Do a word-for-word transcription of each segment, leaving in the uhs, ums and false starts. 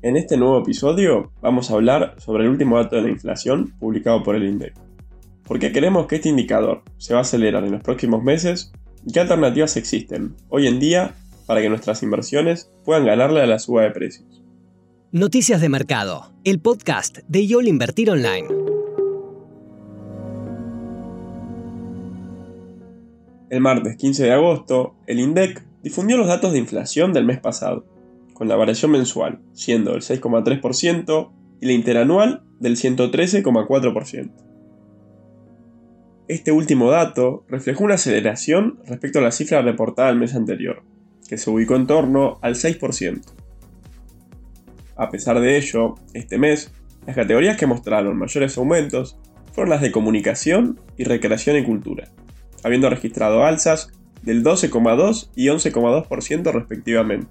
En este nuevo episodio vamos a hablar sobre el último dato de la inflación publicado por el INDEC. ¿Por qué creemos que este indicador se va a acelerar en los próximos meses? ¿Y qué alternativas existen hoy en día para que nuestras inversiones puedan ganarle a la suba de precios? Noticias de Mercado, el podcast de YOL Invertir Online. El martes quince de agosto, el INDEC difundió los datos de inflación del mes pasado, con la variación mensual siendo del seis coma tres por ciento y la interanual del ciento trece coma cuatro por ciento. Este último dato reflejó una aceleración respecto a la cifra reportada el mes anterior, que se ubicó en torno al seis por ciento. A pesar de ello, este mes, las categorías que mostraron mayores aumentos fueron las de comunicación y recreación y cultura, habiendo registrado alzas del doce coma dos por ciento y once coma dos por ciento respectivamente.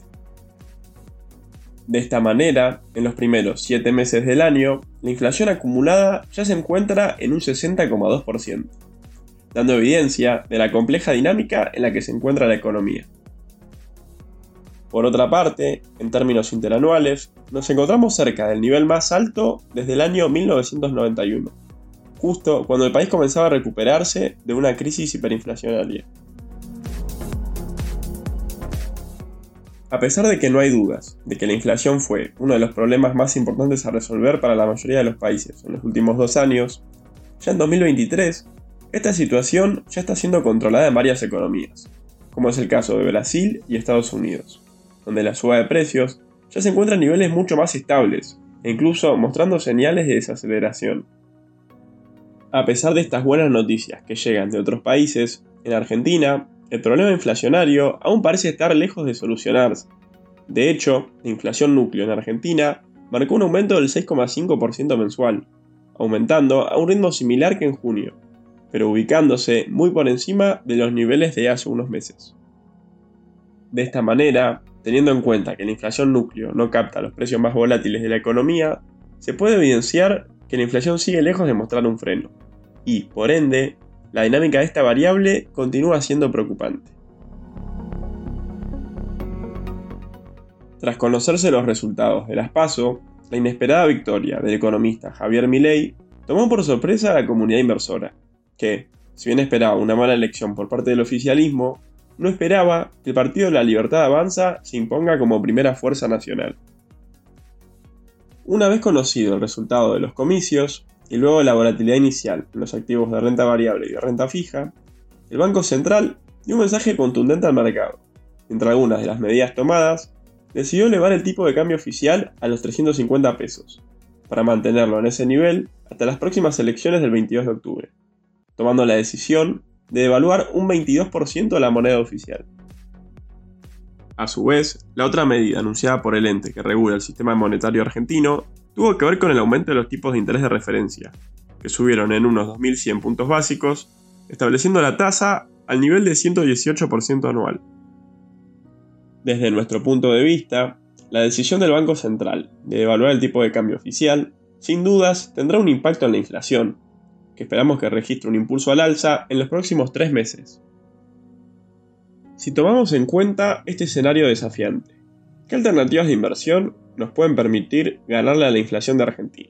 De esta manera, en los primeros siete meses del año, la inflación acumulada ya se encuentra en un sesenta coma dos por ciento, dando evidencia de la compleja dinámica en la que se encuentra la economía. Por otra parte, en términos interanuales, nos encontramos cerca del nivel más alto desde el año mil novecientos noventa y uno, justo cuando el país comenzaba a recuperarse de una crisis hiperinflacionaria. A pesar de que no hay dudas de que la inflación fue uno de los problemas más importantes a resolver para la mayoría de los países en los últimos dos años, ya en dos mil veintitrés, esta situación ya está siendo controlada en varias economías, como es el caso de Brasil y Estados Unidos, donde la suba de precios ya se encuentra a niveles mucho más estables e incluso mostrando señales de desaceleración. A pesar de estas buenas noticias que llegan de otros países, en Argentina, el problema inflacionario aún parece estar lejos de solucionarse. De hecho, la inflación núcleo en Argentina marcó un aumento del seis coma cinco por ciento mensual, aumentando a un ritmo similar que en junio, pero ubicándose muy por encima de los niveles de hace unos meses. De esta manera, teniendo en cuenta que la inflación núcleo no capta los precios más volátiles de la economía, se puede evidenciar que la inflación sigue lejos de mostrar un freno, y, por ende, la dinámica de esta variable continúa siendo preocupante. Tras conocerse los resultados de las PASO, la inesperada victoria del economista Javier Milei tomó por sorpresa a la comunidad inversora, que, si bien esperaba una mala elección por parte del oficialismo, no esperaba que el Partido de la Libertad Avanza se imponga como primera fuerza nacional. Una vez conocido el resultado de los comicios, y luego la volatilidad inicial en los activos de renta variable y de renta fija, el Banco Central dio un mensaje contundente al mercado. Entre algunas de las medidas tomadas, decidió elevar el tipo de cambio oficial a los trescientos cincuenta pesos, para mantenerlo en ese nivel hasta las próximas elecciones del veintidós de octubre, tomando la decisión de devaluar un veintidós por ciento la moneda oficial. A su vez, la otra medida anunciada por el ente que regula el sistema monetario argentino tuvo que ver con el aumento de los tipos de interés de referencia, que subieron en unos dos mil cien puntos básicos, estableciendo la tasa al nivel de ciento dieciocho por ciento anual. Desde nuestro punto de vista, la decisión del Banco Central de devaluar el tipo de cambio oficial, sin dudas, tendrá un impacto en la inflación, que esperamos que registre un impulso al alza en los próximos tres meses. Si tomamos en cuenta este escenario desafiante, ¿qué alternativas de inversión nos pueden permitir ganarle a la inflación de Argentina?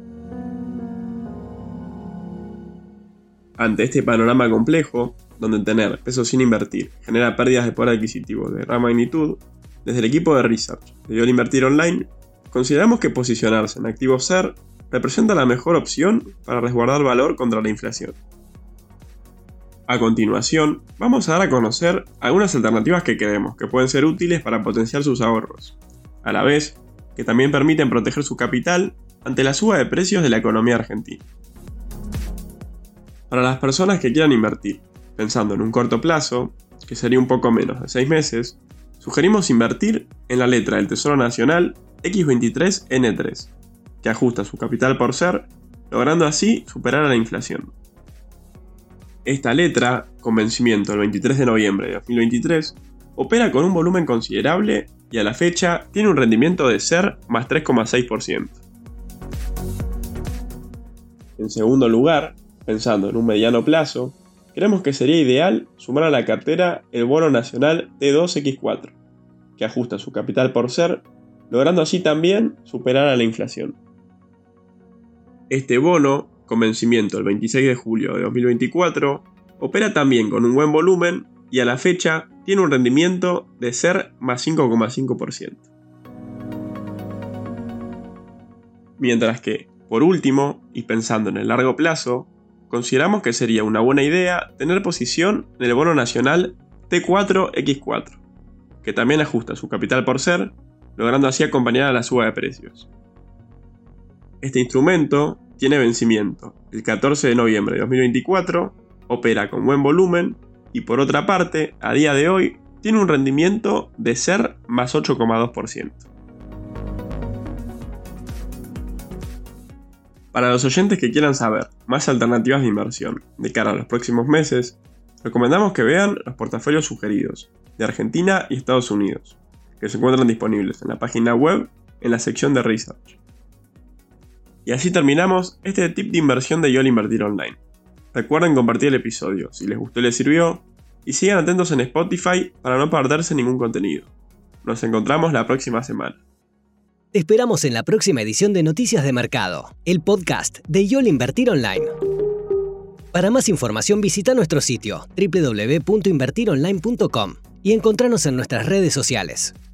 Ante este panorama complejo, donde tener pesos sin invertir genera pérdidas de poder adquisitivo de gran magnitud, desde el equipo de research de YOL Invertir Online, consideramos que posicionarse en activos S E R representa la mejor opción para resguardar valor contra la inflación. A continuación, vamos a dar a conocer algunas alternativas que creemos que pueden ser útiles para potenciar sus ahorros, a la vez que también permiten proteger su capital ante la suba de precios de la economía argentina. Para las personas que quieran invertir, pensando en un corto plazo, que sería un poco menos de seis meses, sugerimos invertir en la letra del Tesoro Nacional equis veintitrés ene tres, que ajusta su capital por S E R, logrando así superar a la inflación. Esta letra, con vencimiento el veintitrés de noviembre de dos mil veintitrés, opera con un volumen considerable y a la fecha tiene un rendimiento de S E R más tres coma seis por ciento. En segundo lugar, pensando en un mediano plazo, creemos que sería ideal sumar a la cartera el bono nacional T dos equis cuatro, que ajusta su capital por S E R logrando así también superar a la inflación. Este bono, con vencimiento el veintiséis de julio de dos mil veinticuatro, opera también con un buen volumen y a la fecha tiene un rendimiento de ser más cinco coma cinco por ciento. Mientras que, por último, y pensando en el largo plazo, consideramos que sería una buena idea tener posición en el bono nacional T cuatro equis cuatro, que también ajusta su capital por ser, logrando así acompañar a la suba de precios. Este instrumento tiene vencimiento el catorce de noviembre de dos mil veinticuatro, opera con buen volumen y por otra parte, a día de hoy, tiene un rendimiento de ser más ocho coma dos por ciento. Para los oyentes que quieran saber más alternativas de inversión de cara a los próximos meses, recomendamos que vean los portafolios sugeridos de Argentina y Estados Unidos, que se encuentran disponibles en la página web en la sección de Research. Y así terminamos este tip de inversión de YOLO Invertir Online. Recuerden compartir el episodio si les gustó y les sirvió, y sigan atentos en Spotify para no perderse ningún contenido. Nos encontramos la próxima semana. Te esperamos en la próxima edición de Noticias de Mercado, el podcast de YOLO Invertir Online. Para más información visita nuestro sitio doble u doble u doble u punto invertir online punto com y encontranos en nuestras redes sociales.